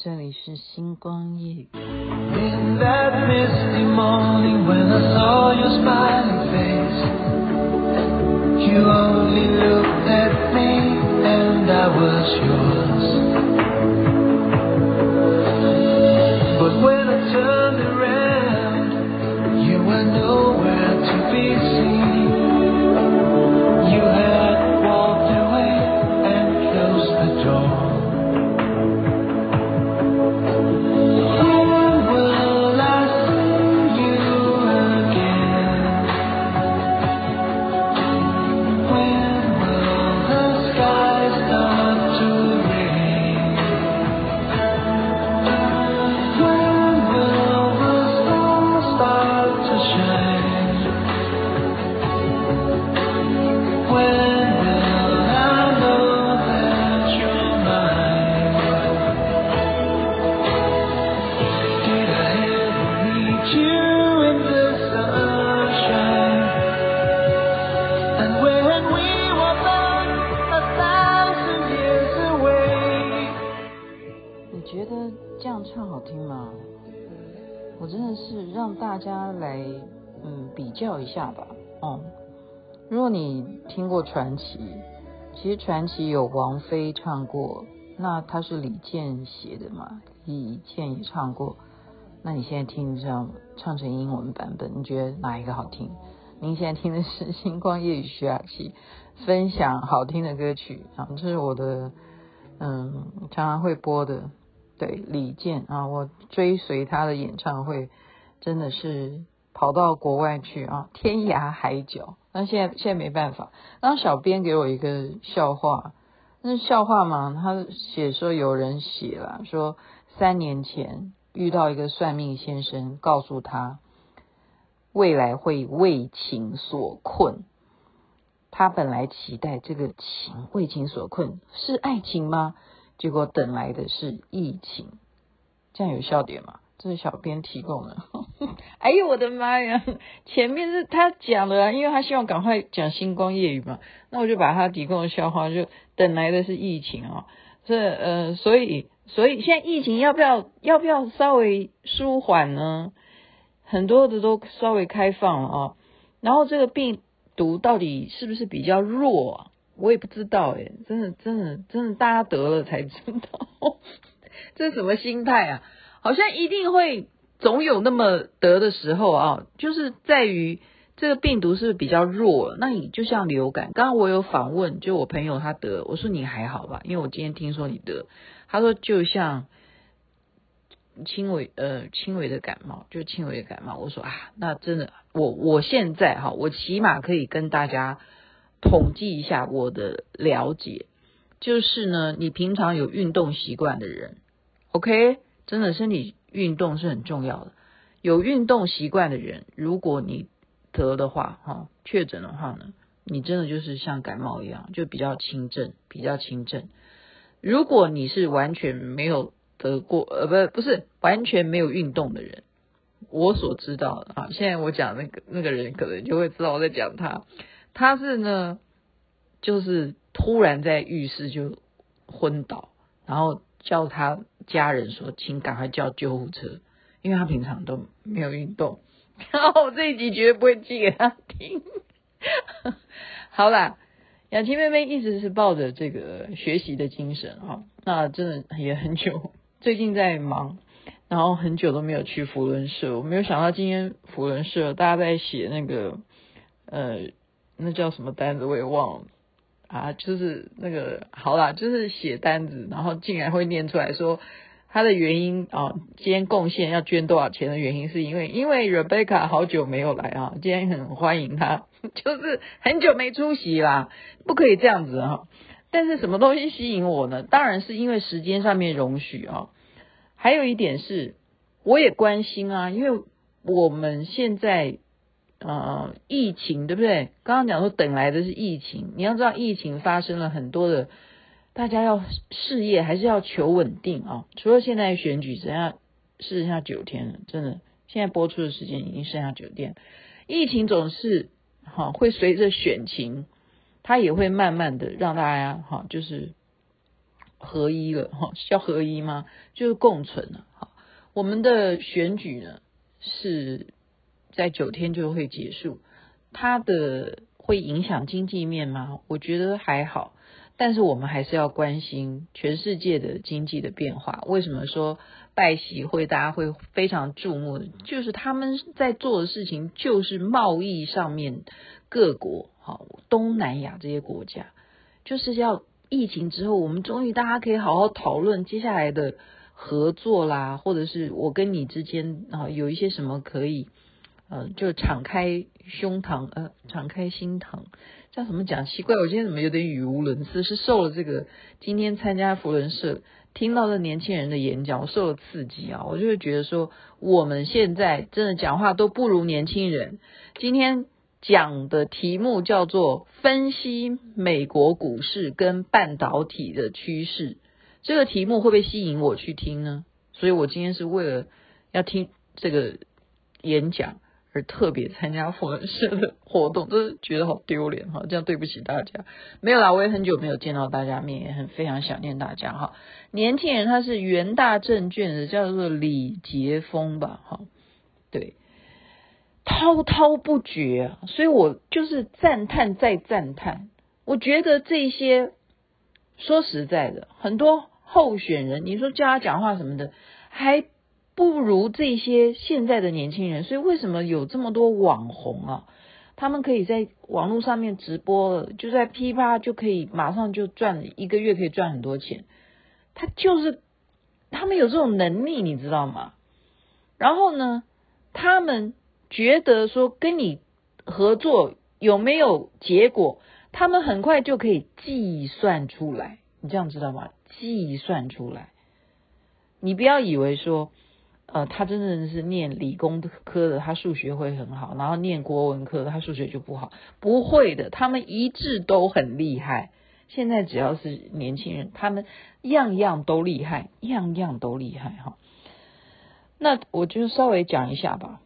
这里是星光夜语。 In that misty morning when I saw your smiling face, you only looked at me and I was yours. But when I turned around, you were nowhere to be seen. You had walked away and closed the door. 这样唱好听吗？我真的是让大家来比较一下吧。如果你听过传奇，其实传奇有王菲唱过，那她是李健写的嘛，李健也唱过。那你现在听这样唱成英文版本，你觉得哪一个好听？您现在听的是星光夜语徐雅琪分享好听的歌曲啊，这是我的常常会播的。对，李健啊，我追随他的演唱会真的是跑到国外去啊，天涯海角。那现在没办法。然后小编给我一个笑话，那笑话嘛，他写说有人写了说3年前遇到一个算命先生，告诉他未来会为情所困。他本来期待这个为情所困是爱情吗？结果等来的是疫情。这样有笑点吗？这是小编提供的。哎呦我的妈呀，前面是他讲的因为他希望赶快讲星光夜语嘛，那我就把他提供的笑话就等来的是疫情所以现在疫情要不要稍微舒缓呢？很多的都稍微开放了然后这个病毒到底是不是比较弱我也不知道真的大家得了才知道。这是什么心态啊？好像一定会总有那么得的时候就是在于这个病毒是比较弱，那你就像流感，刚刚我有访问就我朋友他得，我说你还好吧，因为我今天听说你得，他说就像轻微的感冒，就轻微的感冒。我说那真的我现在我起码可以跟大家统计一下我的了解，就是呢你平常有运动习惯的人 OK， 真的身体运动是很重要的。有运动习惯的人，如果你得的话确诊的话呢，你真的就是像感冒一样，就比较轻症。如果你是完全没有得过不是完全没有运动的人，我所知道的现在我讲那个人可能就会知道我在讲他是呢就是突然在浴室就昏倒，然后叫他家人说请赶快叫救护车，因为他平常都没有运动。然后我这一集绝对不会寄给他听。好啦，雅琪妹妹一直是抱着这个学习的精神那真的也很久，最近在忙，然后很久都没有去扶轮社。我没有想到今天扶轮社大家在写那个那叫什么单子我也忘了就是那个好啦，就是写单子，然后竟然会念出来说他的原因今天贡献要捐多少钱的原因是因为 Rebecca 好久没有来今天很欢迎他，就是很久没出席啦，不可以这样子但是什么东西吸引我呢？当然是因为时间上面容许还有一点是我也关心因为我们现在疫情对不对？刚刚讲说等来的是疫情，你要知道疫情发生了很多的，大家要事业还是要求稳定除了现在选举剩下9天了，真的现在播出的时间已经剩下9天。疫情总是会随着选情，它也会慢慢的让大家就是合一了哈，叫合一吗？就是共存了。好，我们的选举呢是在9天就会结束，它的会影响经济面吗？我觉得还好，但是我们还是要关心全世界的经济的变化。为什么说拜习会大家会非常注目的，就是他们在做的事情就是贸易上面各国好东南亚这些国家，就是要疫情之后我们终于大家可以好好讨论接下来的合作啦，或者是我跟你之间有一些什么可以就敞开胸膛敞开心膛，叫什么讲奇怪，我今天怎么有点语无伦次，是受了这个今天参加扶轮社听到的年轻人的演讲，我受了刺激啊，我就会觉得说我们现在真的讲话都不如年轻人。今天讲的题目叫做分析美国股市跟半导体的趋势，这个题目会不会吸引我去听呢？所以我今天是为了要听这个演讲而特别参加扶轮社的活动，真是觉得好丢脸哈，这样对不起大家。没有啦，我也很久没有见到大家面，也非常想念大家哈。年轻人他是元大证券的，叫做李杰峰吧，哈，对，滔滔不绝啊，所以我就是赞叹再赞叹。我觉得这些说实在的，很多候选人，你说叫他讲话什么的，还不如这些现在的年轻人。所以为什么有这么多网红啊？他们可以在网络上面直播了，就在噼啪就可以马上就赚1个月可以赚很多钱。他们有这种能力，你知道吗？然后呢，他们觉得说跟你合作有没有结果，他们很快就可以计算出来，你这样知道吗？计算出来。你不要以为说他真的是念理工科的，他数学会很好，然后念国文科他数学就不好，不会的，他们一致都很厉害。现在只要是年轻人，他们样样都厉害，样样都厉害哈。那我就稍微讲一下吧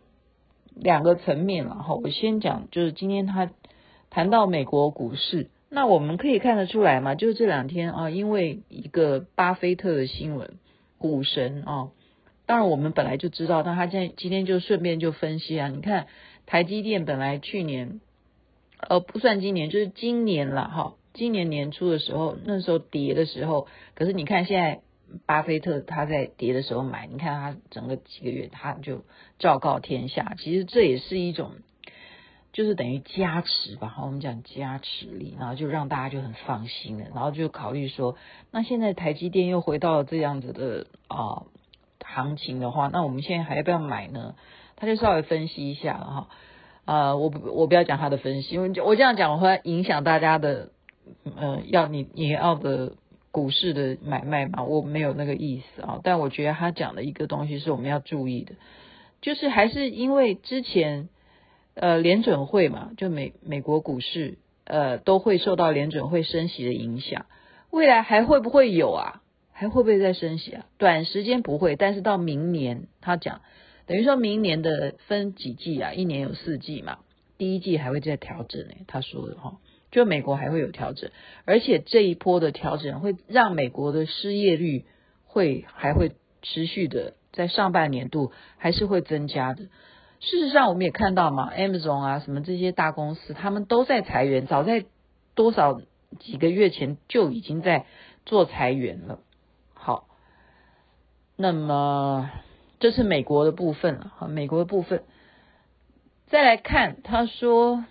，2个层面了哈。我先讲，就是今天他谈到美国股市，那我们可以看得出来嘛，就是这2天啊，因为一个巴菲特的新闻，股神啊，当然我们本来就知道，但他今天就顺便就分析啊，你看台积电本来去年不算今年，就是今年啦哈，今年年初的时候，那时候跌的时候，可是你看现在巴菲特他在跌的时候买，你看他整个几个月他就昭告天下，其实这也是一种就是等于加持吧，我们讲加持力，然后就让大家就很放心了，然后就考虑说，那现在台积电又回到了这样子的行情的话，那我们现在还要不要买呢？他就稍微分析一下了哈，我不要讲他的分析，因为我这样讲会影响大家的你要的股市的买卖嘛，我没有那个意思啊。但我觉得他讲的一个东西是我们要注意的，就是还是因为之前联准会嘛，就美国股市都会受到联准会升息的影响，未来还会不会有啊？还会不会再升息啊？短时间不会，但是到明年他讲，等于说明年的分几季啊，1年有4季嘛，第1季还会再调整他说的哈，就美国还会有调整，而且这一波的调整会让美国的失业率还会持续的在上半年度还是会增加的。事实上我们也看到嘛 Amazon 啊什么这些大公司他们都在裁员，早在多少几个月前就已经在做裁员了。好，那么这是美国的部分了，好，美国的部分再来看，他说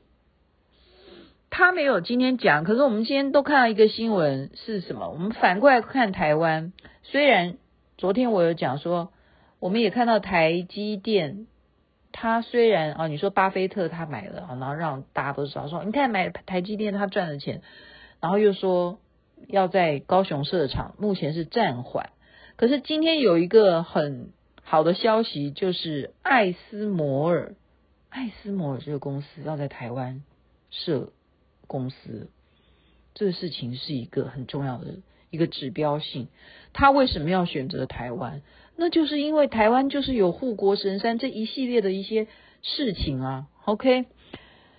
他没有今天讲，可是我们今天都看到一个新闻是什么？我们反过来看台湾，虽然昨天我有讲说，我们也看到台积电，他虽然你说巴菲特他买了，然后让大家都知道说，你看买台积电他赚了钱，然后又说要在高雄设厂，目前是暂缓。可是今天有一个很好的消息，就是艾斯摩尔这个公司要在台湾设公司，这个事情是一个很重要的一个指标性。他为什么要选择台湾？那就是因为台湾就是有护国神山这一系列的一些事情啊。OK，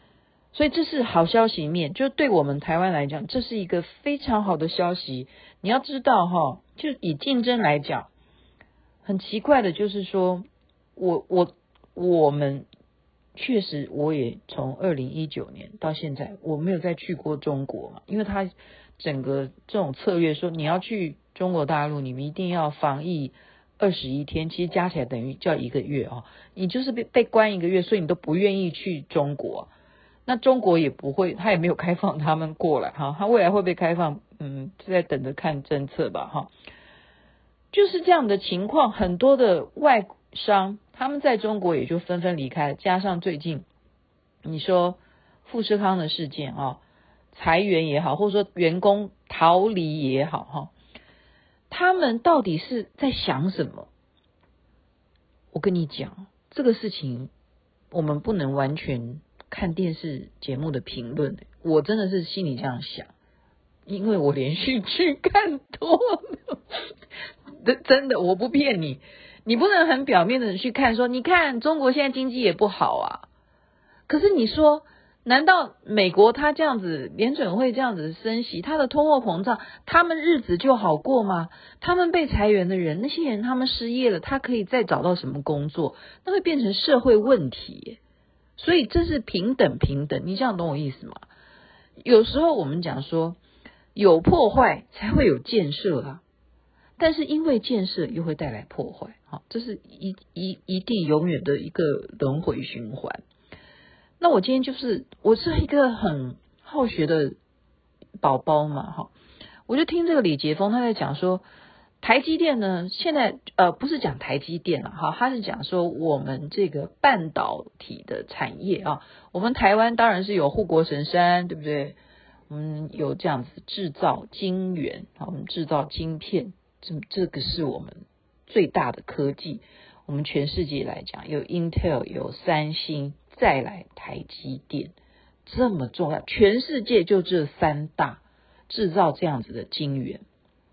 所以这是好消息面，就对我们台湾来讲，这是一个非常好的消息。你要知道就以竞争来讲，很奇怪的就是说，我们确实，我也从2019年到现在，我没有再去过中国嘛，因为它整个这种策略说，你要去中国大陆，你们一定要防疫21天，其实加起来等于叫1个月你就是被关1个月，所以你都不愿意去中国。那中国也不会，他也没有开放他们过来他未来会不会开放？在等着看政策吧就是这样的情况，很多的外商他们在中国也就纷纷离开了，加上最近你说富士康的事件裁员也好，或者说员工逃离也好他们到底是在想什么？我跟你讲，这个事情我们不能完全看电视节目的评论，我真的是心里这样想，因为我连续剧看多了真的我不骗你，你不能很表面的去看说，你看中国现在经济也不好可是你说难道美国他这样子联准会这样子升息，他的通货膨胀，他们日子就好过吗？他们被裁员的人，那些人他们失业了，他可以再找到什么工作？那会变成社会问题所以这是平等，你这样懂我意思吗？有时候我们讲说有破坏才会有建设但是因为建设又会带来破坏这是一定永远的一个轮回循环。那我今天我是一个很好学的宝宝嘛我就听这个李杰峰他在讲说，台积电呢现在不是讲台积电他是讲说我们这个半导体的产业我们台湾当然是有护国神山，对不对？我们有这样子制造晶圆我们制造晶片，这个是我们最大的科技。我们全世界来讲，有 Intel 有三星，再来台积电，这么重要，全世界就这3大制造这样子的晶圆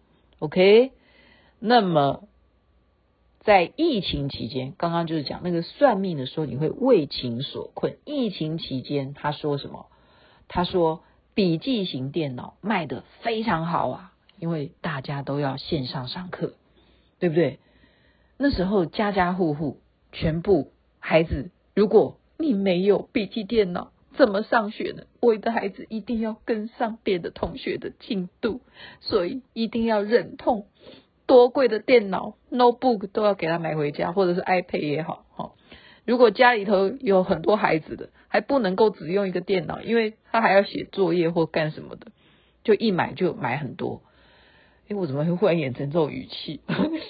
OK。 那么在疫情期间，刚刚就是讲那个算命的说你会为情所困，疫情期间他说什么？他说笔记型电脑卖得非常好因为大家都要线上上课，对不对？那时候家家户户全部孩子，如果你没有笔记电脑怎么上学呢？我的孩子一定要跟上别的同学的进度，所以一定要忍痛多贵的电脑 notebook 都要给他买回家，或者是 iPad 也好如果家里头有很多孩子的，还不能够只用一个电脑，因为他还要写作业或干什么的，就一买就买很多。我怎么会忽然演成这种语气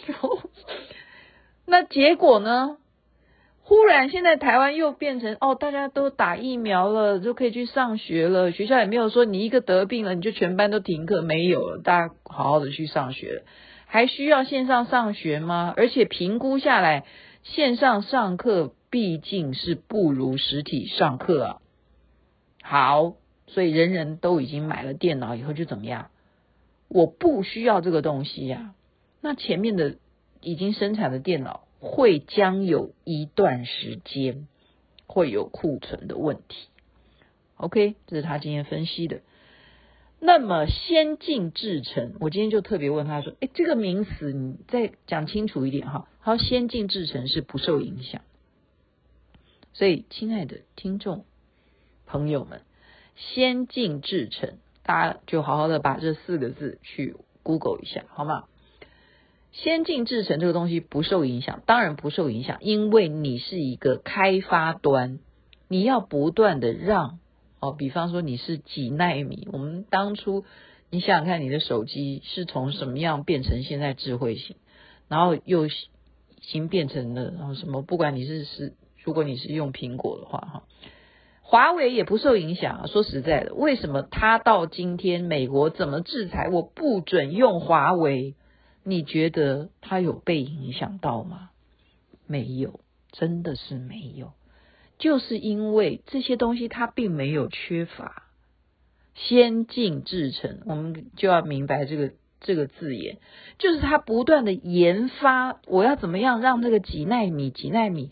那结果呢？忽然现在台湾又变成大家都打疫苗了，就可以去上学了，学校也没有说你一个得病了你就全班都停课，没有了，大家好好的去上学了。还需要线上上学吗？而且评估下来，线上上课毕竟是不如实体上课好，所以人人都已经买了电脑以后就怎么样？我不需要这个东西那前面的已经生产的电脑将有一段时间会有库存的问题 OK， 这是他今天分析的。那么先进制程，我今天就特别问他说这个名词你再讲清楚一点好，先进制程是不受影响。所以亲爱的听众朋友们，先进制程大家就好好的把这4个字去 Google 一下好吗？先进制程这个东西不受影响，当然不受影响，因为你是一个开发端，你要不断的让比方说你是几奈米，我们当初你想想看，你的手机是从什么样变成现在智慧型，然后又已经变成了然后什么，不管你如果你是用苹果的话华为也不受影响说实在的，为什么他到今天美国怎么制裁我不准用华为？你觉得他有被影响到吗？没有，真的是没有，就是因为这些东西它并没有缺乏。先进制程我们就要明白这个字眼，就是它不断的研发，我要怎么样让这个几奈米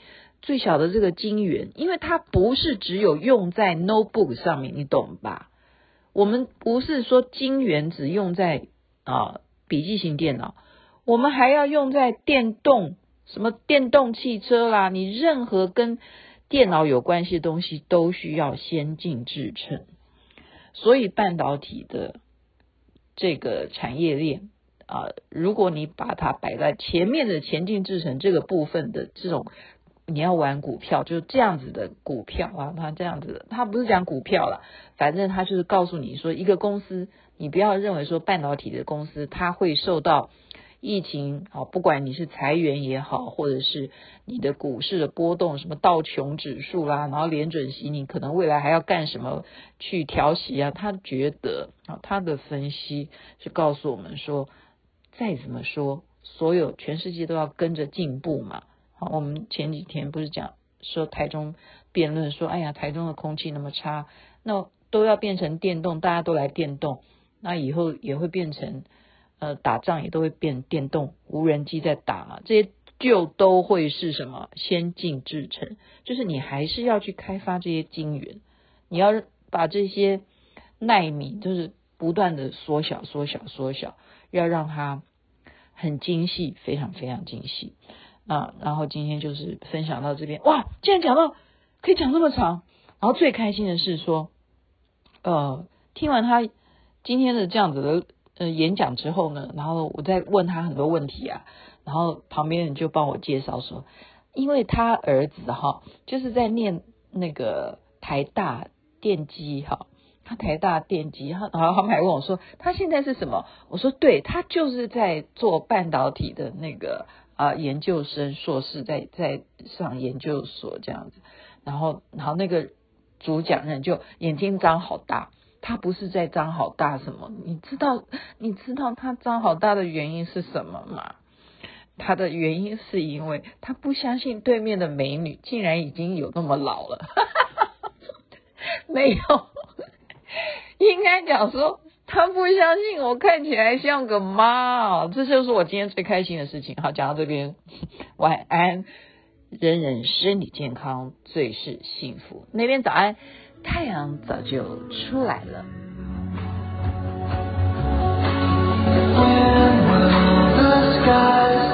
最小的这个晶圆，因为它不是只有用在 notebook 上面，你懂吧？我们不是说晶圆只用在笔记型电脑，我们还要用在电动，什么电动汽车啦，你任何跟电脑有关系的东西都需要先进制程。所以半导体的这个产业链如果你把它摆在前面的前进制程这个部分的这种，你要玩股票就是这样子的股票它这样子的，它不是讲股票啦，反正它就是告诉你说，一个公司你不要认为说半导体的公司它会受到疫情不管你是裁员也好，或者是你的股市的波动，什么道琼指数啦，然后联准息你可能未来还要干什么去调息他觉得他的分析是告诉我们说，再怎么说所有全世界都要跟着进步嘛。我们前几天不是讲说台中辩论说，哎呀台中的空气那么差，那都要变成电动，大家都来电动，那以后也会变成打仗也都会变电动，无人机在打嘛，这些就都会是什么先进制程，就是你还是要去开发这些晶圆，你要把这些奈米就是不断的缩小，要让它很精细，非常非常精细然后今天就是分享到这边，哇，竟然讲到可以讲这么长，然后最开心的是说听完他今天的这样子的演讲之后呢，然后我再问他很多问题然后旁边人就帮我介绍说，因为他儿子就是在念那个台大电机他台大电机，然后他们还问我说他现在是什么，我说对，他就是在做半导体的那个研究生硕士，在上研究所这样子，然后那个主讲人就眼睛张好大，他不是在张好大什么，你知道他张好大的原因是什么吗？他的原因是因为他不相信对面的美女竟然已经有那么老了没有，应该讲说他不相信我看起来像个妈这就是我今天最开心的事情。好，讲到这边，晚安，人人身体健康最是幸福。那边早安，太阳早就出来了。 When will the skies